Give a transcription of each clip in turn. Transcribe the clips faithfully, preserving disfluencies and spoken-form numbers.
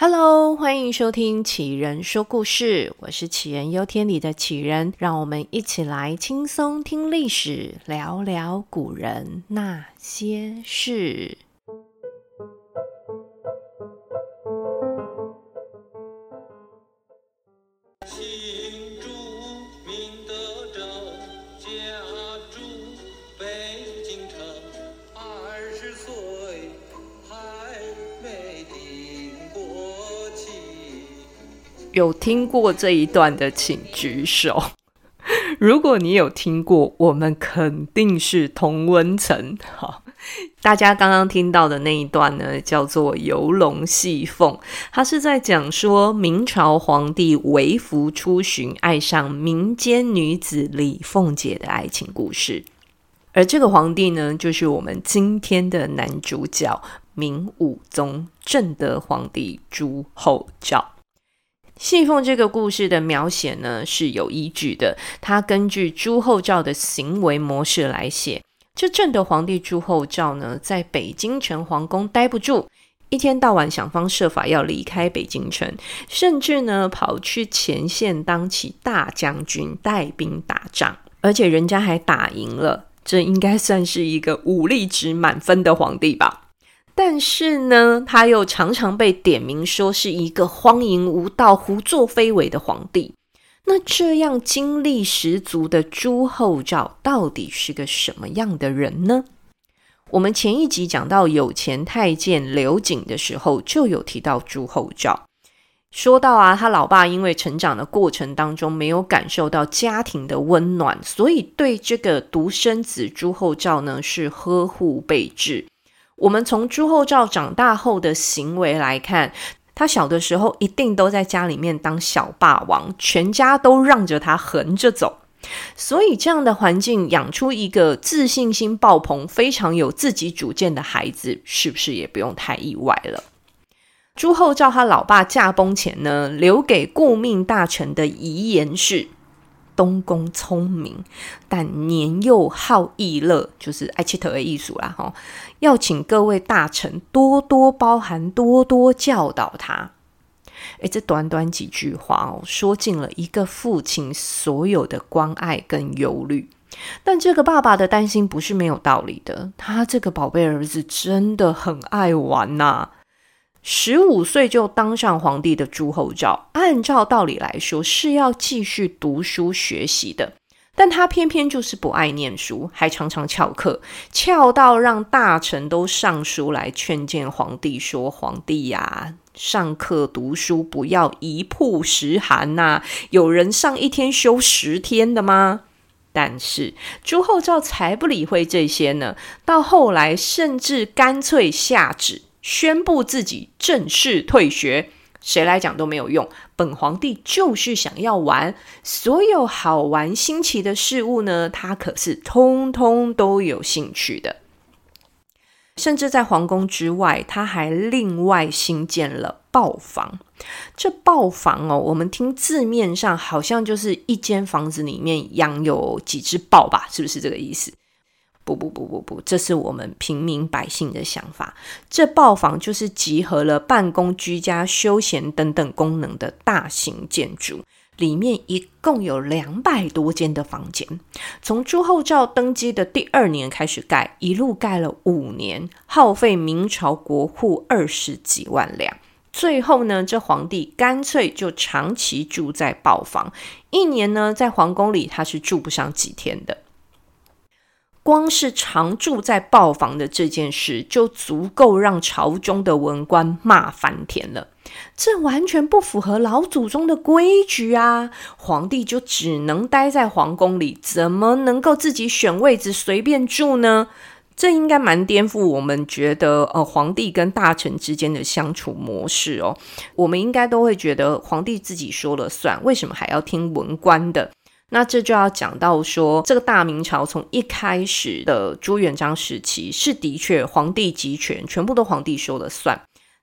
Hello， 欢迎收听杞人说故事，我是杞人忧天里的杞人，让我们一起来轻松听历史，聊聊古人那些事。 新著名德州家住北京城，二十岁还没定过妻。 有听过这一段的请举手。如果你有听过，我们肯定是同温层。好，大家刚刚听到的那一段呢，叫做游龙戏凤，它是在讲说明朝皇帝微服出巡，爱上民间女子李凤姐的爱情故事。而这个皇帝呢，就是我们今天的男主角明武宗正德皇帝朱厚照。戏凤这个故事的描写呢是有依据的，他根据朱厚照的行为模式来写。这正德皇帝朱厚照呢，在北京城皇宫待不住，一天到晚想方设法要离开北京城，甚至呢跑去前线当起大将军，带兵打仗，而且人家还打赢了，这应该算是一个武力值满分的皇帝吧。但是呢，他又常常被点名说是一个荒淫无道、胡作非为的皇帝。那这样精力十足的朱厚照到底是个什么样的人呢？我们前一集讲到有钱太监刘瑾的时候，就有提到朱厚照，说到啊，他老爸因为成长的过程当中没有感受到家庭的温暖，所以对这个独生子朱厚照呢是呵护备至。我们从朱厚照长大后的行为来看，他小的时候一定都在家里面当小霸王，全家都让着他横着走。所以这样的环境养出一个自信心爆棚、非常有自己主见的孩子，是不是也不用太意外了？朱厚照他老爸驾崩前呢，留给顾命大臣的遗言是：东宫聪明，但年幼好逸乐，就是爱佚佗的艺术啦、哦、要请各位大臣多多包涵，多多教导他。诶，这短短几句话哦，说尽了一个父亲所有的关爱跟忧虑。但这个爸爸的担心不是没有道理的，他这个宝贝儿子真的很爱玩啊。十五岁就当上皇帝的朱厚照，按照道理来说是要继续读书学习的，但他偏偏就是不爱念书，还常常翘课，翘到让大臣都上书来劝谏皇帝说：皇帝呀、啊，上课读书不要一曝十寒呐、啊，有人上一天休十天的吗？但是朱厚照才不理会这些呢，到后来甚至干脆下旨宣布自己正式退学，谁来讲都没有用。本皇帝就是想要玩，所有好玩新奇的事物呢，他可是通通都有兴趣的。甚至在皇宫之外，他还另外新建了豹房。这豹房哦，我们听字面上好像就是一间房子里面养有几只豹吧，是不是这个意思？不不不不不，这是我们平民百姓的想法。这豹房就是集合了办公、居家、休闲等等功能的大型建筑，里面一共有两百多间的房间。从朱厚照登基的第二年开始盖，一路盖了五年，耗费明朝国库二十几万两。最后呢，这皇帝干脆就长期住在豹房，一年呢，在皇宫里他是住不上几天的。光是常住在豹房的这件事，就足够让朝中的文官骂翻天了。这完全不符合老祖宗的规矩啊！皇帝就只能待在皇宫里，怎么能够自己选位置随便住呢？这应该蛮颠覆我们觉得呃皇帝跟大臣之间的相处模式哦。我们应该都会觉得皇帝自己说了算，为什么还要听文官的？那这就要讲到说，这个大明朝从一开始的朱元璋时期是的确皇帝集权，全部都皇帝说了算。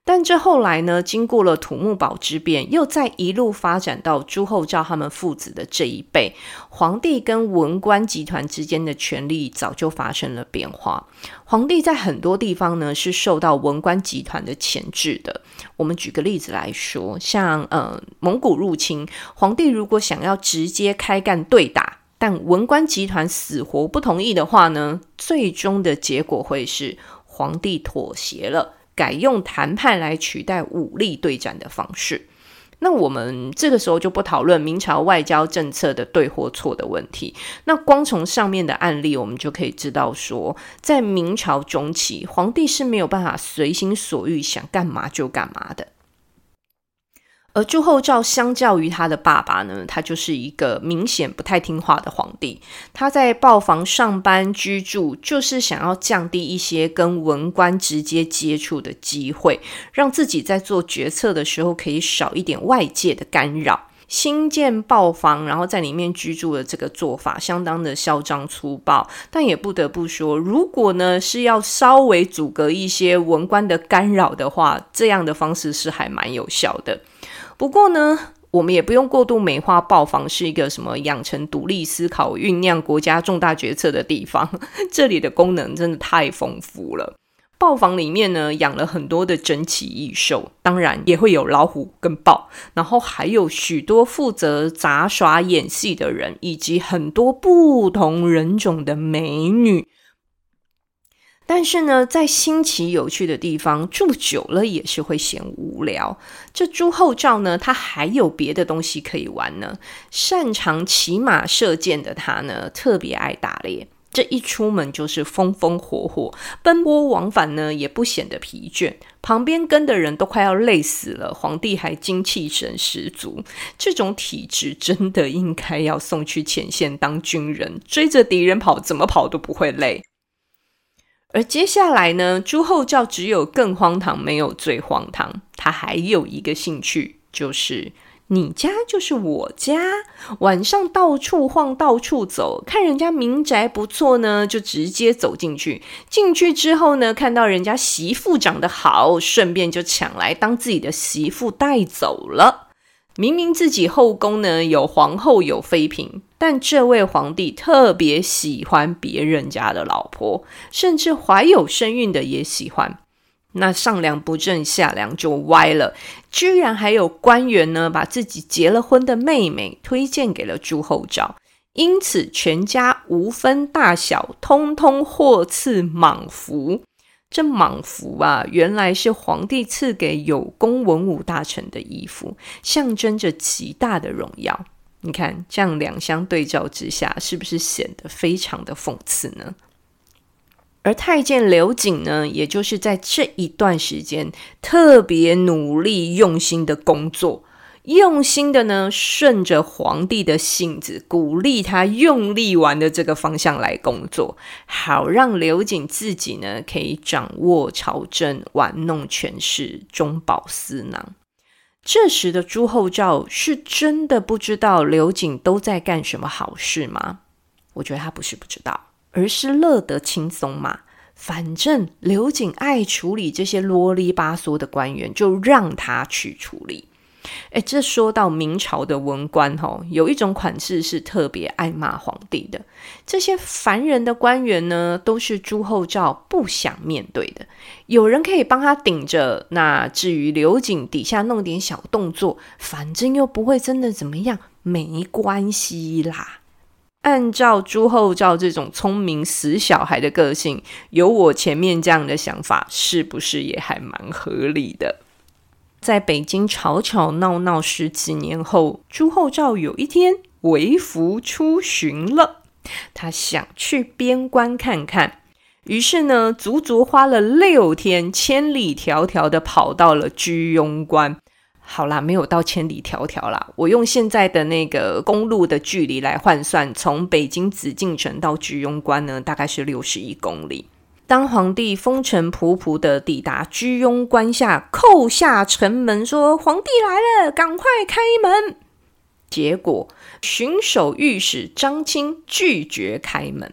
但这后来呢，经过了土木堡之变，又再一路发展到朱厚照他们父子的这一辈，皇帝跟文官集团之间的权力早就发生了变化。皇帝在很多地方呢是受到文官集团的牵制的。我们举个例子来说，像呃蒙古入侵，皇帝如果想要直接开干对打，但文官集团死活不同意的话呢，最终的结果会是皇帝妥协了，改用谈判来取代武力对战的方式。那我们这个时候就不讨论明朝外交政策的对或错的问题，那光从上面的案例我们就可以知道说，在明朝中期，皇帝是没有办法随心所欲，想干嘛就干嘛的。而朱厚照相较于他的爸爸呢，他就是一个明显不太听话的皇帝。他在豹房上班居住，就是想要降低一些跟文官直接接触的机会，让自己在做决策的时候可以少一点外界的干扰。新建豹房，然后在里面居住的这个做法相当的嚣张粗暴，但也不得不说，如果呢是要稍微阻隔一些文官的干扰的话，这样的方式是还蛮有效的。不过呢，我们也不用过度美化豹房是一个什么养成独立思考、酝酿国家重大决策的地方，这里的功能真的太丰富了。豹房里面呢养了很多的珍奇异兽，当然也会有老虎跟豹，然后还有许多负责杂耍演戏的人，以及很多不同人种的美女。但是呢，在新奇有趣的地方住久了也是会嫌无聊。这朱厚照呢，他还有别的东西可以玩呢。擅长骑马射箭的他呢，特别爱打猎。这一出门就是风风火火，奔波往返呢也不显得疲倦，旁边跟的人都快要累死了，皇帝还精气神十足。这种体质真的应该要送去前线当军人，追着敌人跑，怎么跑都不会累。而接下来呢，朱厚照只有更荒唐，没有最荒唐。他还有一个兴趣，就是你家就是我家，晚上到处晃，到处走，看人家民宅不错呢，就直接走进去。进去之后呢，看到人家媳妇长得好，顺便就抢来当自己的媳妇带走了。明明自己后宫呢有皇后有妃嫔，但这位皇帝特别喜欢别人家的老婆，甚至怀有身孕的也喜欢。那上梁不正下梁就歪了，居然还有官员呢把自己结了婚的妹妹推荐给了朱厚照，因此全家无分大小，通通获赐蟒服。这蟒服啊，原来是皇帝赐给有功文武大臣的衣服，象征着极大的荣耀。你看，这样两相对照之下，是不是显得非常的讽刺呢？而太监刘瑾呢，也就是在这一段时间特别努力用心的工作，用心的呢顺着皇帝的性子，鼓励他用力玩的这个方向来工作，好让刘瑾自己呢可以掌握朝政，玩弄权势，中饱私囊。这时的朱厚照是真的不知道刘瑾都在干什么好事吗？我觉得他不是不知道，而是乐得轻松嘛。反正刘瑾爱处理这些啰里吧嗦的官员，就让他去处理。诶，这说到明朝的文官、哦、有一种款式是特别爱骂皇帝的。这些烦人的官员呢，都是朱厚照不想面对的。有人可以帮他顶着，那至于刘瑾底下弄点小动作，反正又不会真的怎么样，没关系啦。按照朱厚照这种聪明死小孩的个性，有我前面这样的想法，是不是也还蛮合理的？在北京吵吵闹闹十几年后，朱厚照有一天微服出巡了，他想去边关看看，于是呢，足足花了六天，千里迢迢的跑到了居庸关。好啦，没有到千里迢迢啦，我用现在的那个公路的距离来换算，从北京紫禁城到居庸关呢，大概是六十一公里。当皇帝风尘仆仆的抵达居庸关下，叩下城门说皇帝来了，赶快开门。结果巡守御史张钦拒绝开门。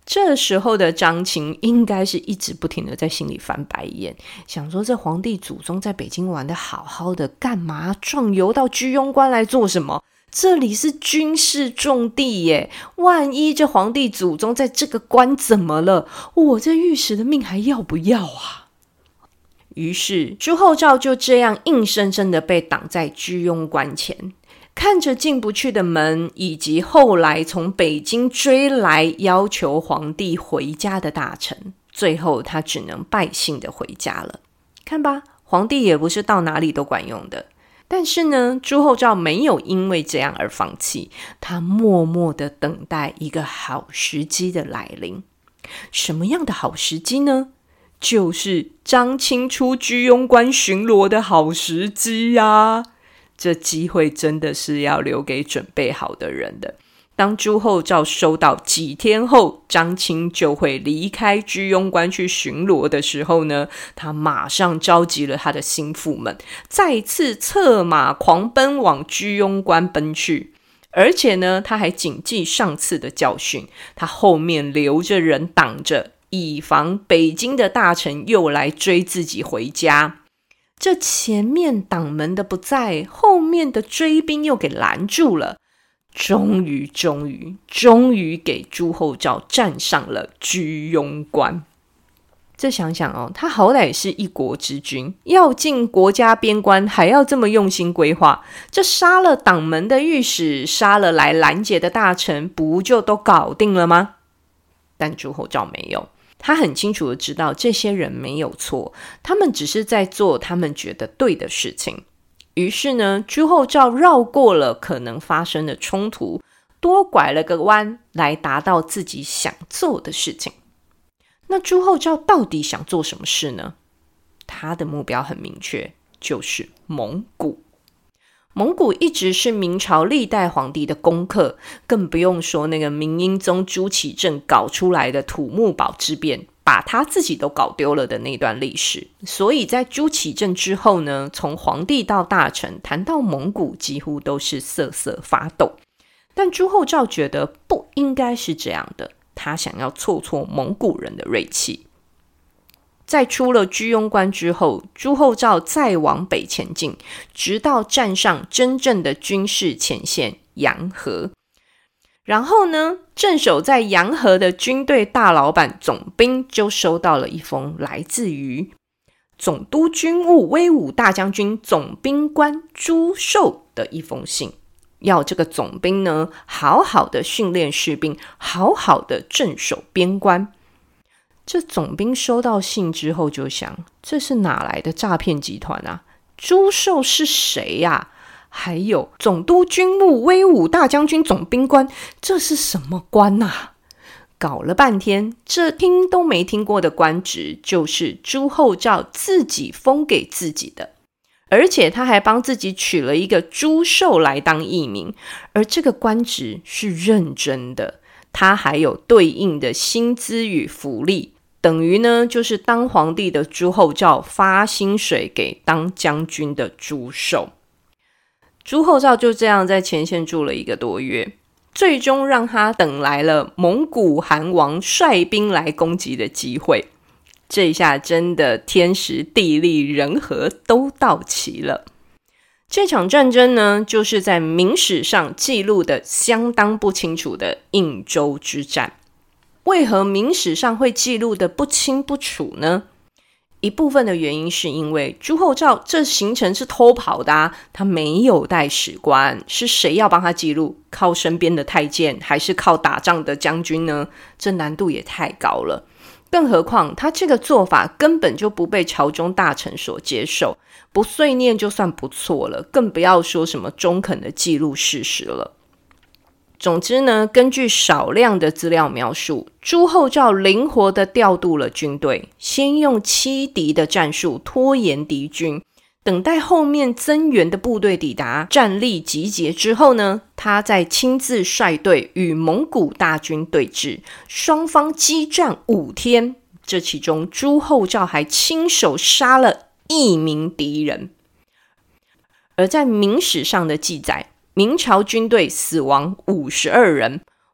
这时候的张青应该是一直不停的在心里翻白眼，想说这皇帝祖宗在北京玩的好好的，干嘛壮游到居庸关来做什么？这里是军事重地耶，万一这皇帝祖宗在这个关怎么了，我这御史的命还要不要啊？于是朱厚照就这样硬生生的被挡在居庸关前，看着进不去的门，以及后来从北京追来要求皇帝回家的大臣，最后他只能败兴的回家了。看吧，皇帝也不是到哪里都管用的。但是呢，朱厚照没有因为这样而放弃，他默默的等待一个好时机的来临。什么样的好时机呢？就是张青出居庸关巡逻的好时机啊！这机会真的是要留给准备好的人的。当朱厚照收到几天后张青就会离开居庸关去巡逻的时候呢，他马上召集了他的心腹们，再次策马狂奔往居庸关奔去。而且呢，他还谨记上次的教训，他后面留着人挡着，以防北京的大臣又来追自己回家。这前面挡门的不在，后面的追兵又给拦住了，终于终于终于给朱厚照站上了居庸关。这想想哦，他好歹是一国之君，要进国家边关还要这么用心规划，这杀了挡门的御史，杀了来拦截的大臣，不就都搞定了吗？但朱厚照没有，他很清楚的知道这些人没有错，他们只是在做他们觉得对的事情。于是呢，朱厚照绕过了可能发生的冲突，多拐了个弯来达到自己想做的事情。那朱厚照到底想做什么事呢？他的目标很明确，就是蒙古。蒙古一直是明朝历代皇帝的功课，更不用说那个明英宗朱祁镇搞出来的土木堡之变，把他自己都搞丢了的那段历史。所以在朱祁镇之后呢，从皇帝到大臣，谈到蒙古几乎都是瑟瑟发抖。但朱厚照觉得不应该是这样的，他想要挫挫蒙古人的锐气。在出了居庸关之后，朱厚照再往北前进，直到站上真正的军事前线洋河。然后呢，镇守在洋河的军队大老板总兵就收到了一封来自于总督军务威武大将军总兵官朱寿的一封信，要这个总兵呢好好的训练士兵，好好的镇守边关。这总兵收到信之后就想，这是哪来的诈骗集团啊？朱寿是谁呀、啊？还有总督军务威武大将军总兵官，这是什么官啊？搞了半天，这听都没听过的官职，就是朱厚照自己封给自己的，而且他还帮自己取了一个朱寿来当艺名，而这个官职是认真的，他还有对应的薪资与福利，等于呢就是当皇帝的朱厚照发薪水给当将军的朱寿。朱厚照就这样在前线住了一个多月，最终让他等来了蒙古汗王率兵来攻击的机会。这一下真的天时地利人和都到齐了。这场战争呢，就是在明史上记录的相当不清楚的应州之战。为何明史上会记录的不清不楚呢？一部分的原因是因为朱厚照这行程是偷跑的啊，他没有带史官，是谁要帮他记录？靠身边的太监，还是靠打仗的将军呢？这难度也太高了。更何况他这个做法根本就不被朝中大臣所接受，不碎念就算不错了，更不要说什么中肯的记录事实了。总之呢，根据少量的资料描述，朱厚照灵活地调度了军队，先用欺敌的战术拖延敌军，等待后面增援的部队抵达，战力集结之后呢，他再亲自率队与蒙古大军对峙，双方激战五天，这其中朱厚照还亲手杀了一名敌人。而在明史上的记载，明朝军队死亡五十二人，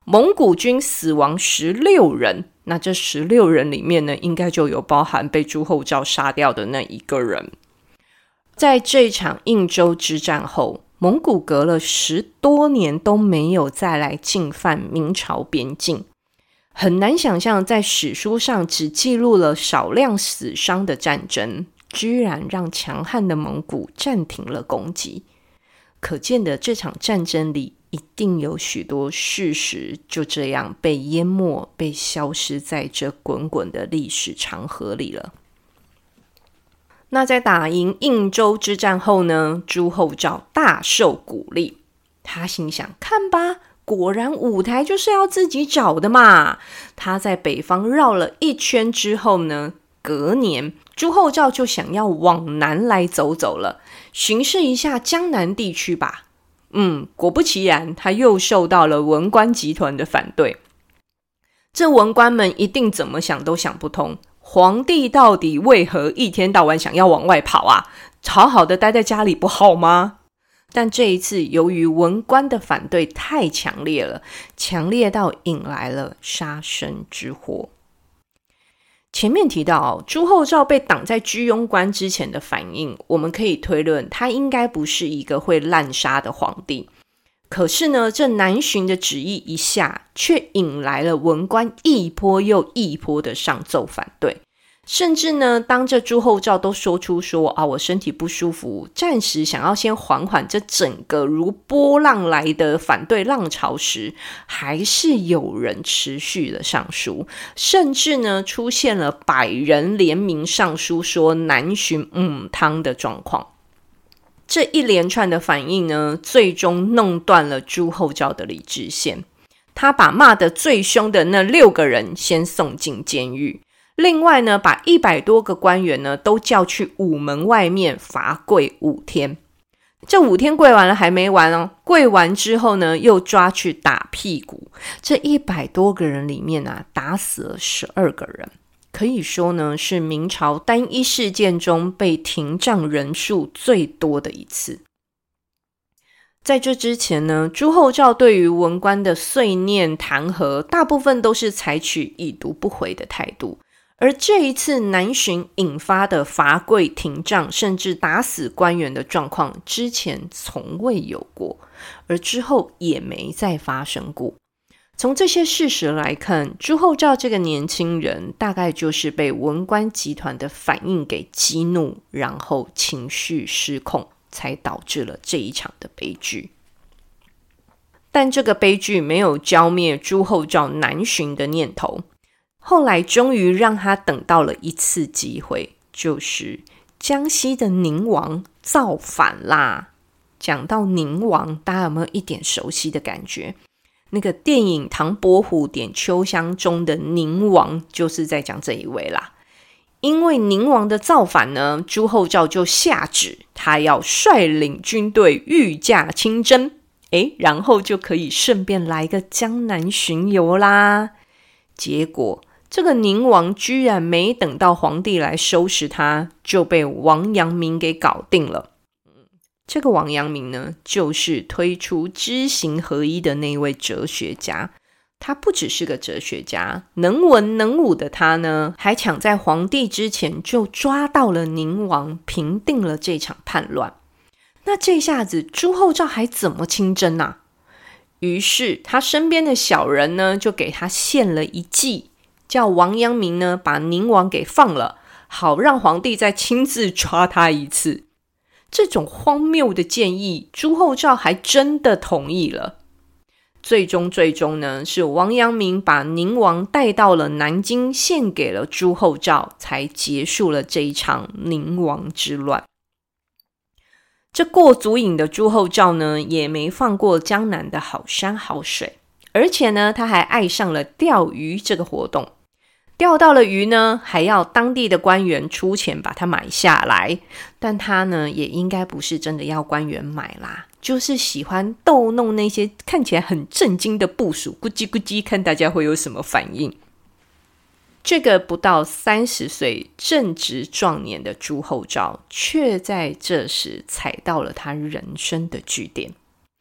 蒙古军死亡十六人，那这十六人里面呢，应该就有包含被朱厚照杀掉的那一个人。在这场应州之战后，蒙古隔了十多年都没有再来进犯明朝边境，很难想象在史书上只记录了少量死伤的战争，居然让强悍的蒙古暂停了攻击。可见的这场战争里一定有许多事实就这样被淹没，被消失在这滚滚的历史长河里了。那在打赢应州之战后呢，朱厚照大受鼓励，他心想，看吧，果然舞台就是要自己找的嘛。他在北方绕了一圈之后呢，隔年朱厚照就想要往南来走走了，巡视一下江南地区吧。嗯，果不其然，他又受到了文官集团的反对。这文官们一定怎么想都想不通，皇帝到底为何一天到晚想要往外跑啊？好好的待在家里不好吗？但这一次由于文官的反对太强烈了，强烈到引来了杀身之祸。前面提到、哦、朱厚照被挡在居庸关之前的反应，我们可以推论他应该不是一个会滥杀的皇帝。可是呢，这南巡的旨意一下，却引来了文官一波又一波的上奏反对。甚至呢，当这朱厚照都说出说啊，我身体不舒服，暂时想要先缓缓这整个如波浪来的反对浪潮时，还是有人持续的上书，甚至呢出现了百人联名上书说南巡母汤的状况。这一连串的反应呢，最终弄断了朱厚照的理智线。他把骂得最凶的那六个人先送进监狱。另外呢，把一百多个官员呢都叫去午门外面罚跪五天。这五天跪完了还没完哦，跪完之后呢，又抓去打屁股。这一百多个人里面啊，打死了十二个人，可以说呢是明朝单一事件中被廷杖人数最多的一次。在这之前呢，朱厚照对于文官的碎念弹劾，大部分都是采取已读不回的态度。而这一次南巡引发的罚跪廷杖甚至打死官员的状况，之前从未有过，而之后也没再发生过。从这些事实来看，朱厚照这个年轻人大概就是被文官集团的反应给激怒，然后情绪失控，才导致了这一场的悲剧。但这个悲剧没有浇灭朱厚照南巡的念头，后来终于让他等到了一次机会，就是江西的宁王造反啦。讲到宁王，大家有没有一点熟悉的感觉？那个电影《唐伯虎点秋香》中的宁王就是在讲这一位啦。因为宁王的造反呢，朱厚照就下旨他要率领军队御驾亲征，诶，然后就可以顺便来个江南巡游啦。结果这个宁王居然没等到皇帝来收拾他，就被王阳明给搞定了。这个王阳明呢，就是推出知行合一的那位哲学家。他不只是个哲学家，能文能武的他呢，还抢在皇帝之前就抓到了宁王，平定了这场叛乱。那这下子朱厚照还怎么亲征啊？于是他身边的小人呢，就给他献了一计，叫王阳明呢把宁王给放了，好让皇帝再亲自抓他一次。这种荒谬的建议，朱厚照还真的同意了。最终最终呢，是王阳明把宁王带到了南京，献给了朱厚照，才结束了这一场宁王之乱。这过足瘾的朱厚照呢，也没放过江南的好山好水，而且呢，他还爱上了钓鱼这个活动。钓到了鱼呢，还要当地的官员出钱把它买下来，但他呢，也应该不是真的要官员买啦，就是喜欢逗弄那些看起来很震惊的部属，咕叽咕叽，看大家会有什么反应。这个不到三十岁正值壮年的朱厚照，却在这时踩到了他人生的据点。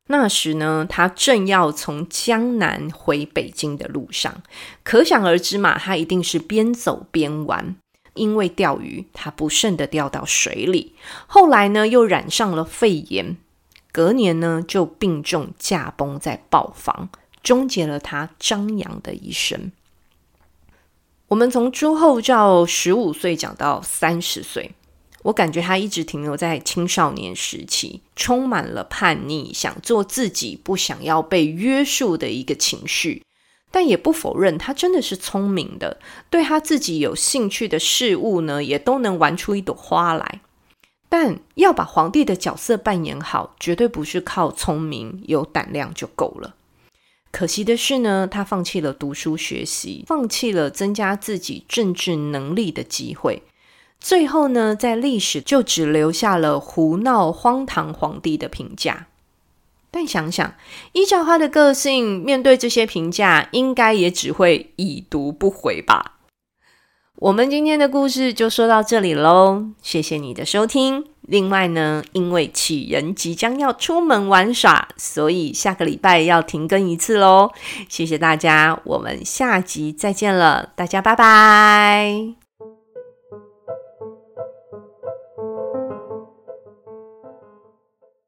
那时呢，他正要从江南回北京的路上，可想而知嘛，他一定是边走边玩。因为钓鱼，他不慎的掉到水里，后来呢又染上了肺炎，隔年呢就病重驾崩在豹房，终结了他张扬的一生。我们从朱厚照十五岁讲到三十岁，我感觉他一直停留在青少年时期，充满了叛逆，想做自己，不想要被约束的一个情绪。但也不否认他真的是聪明的，对他自己有兴趣的事物呢，也都能玩出一朵花来。但要把皇帝的角色扮演好，绝对不是靠聪明有胆量就够了。可惜的是呢，他放弃了读书学习，放弃了增加自己政治能力的机会，最后呢，在历史就只留下了胡闹荒唐皇帝的评价。但想想，依照他的个性，面对这些评价，应该也只会已读不回吧。我们今天的故事就说到这里咯，谢谢你的收听。另外呢，因为杞人即将要出门玩耍，所以下个礼拜要停更一次咯。谢谢大家，我们下集再见了，大家拜拜。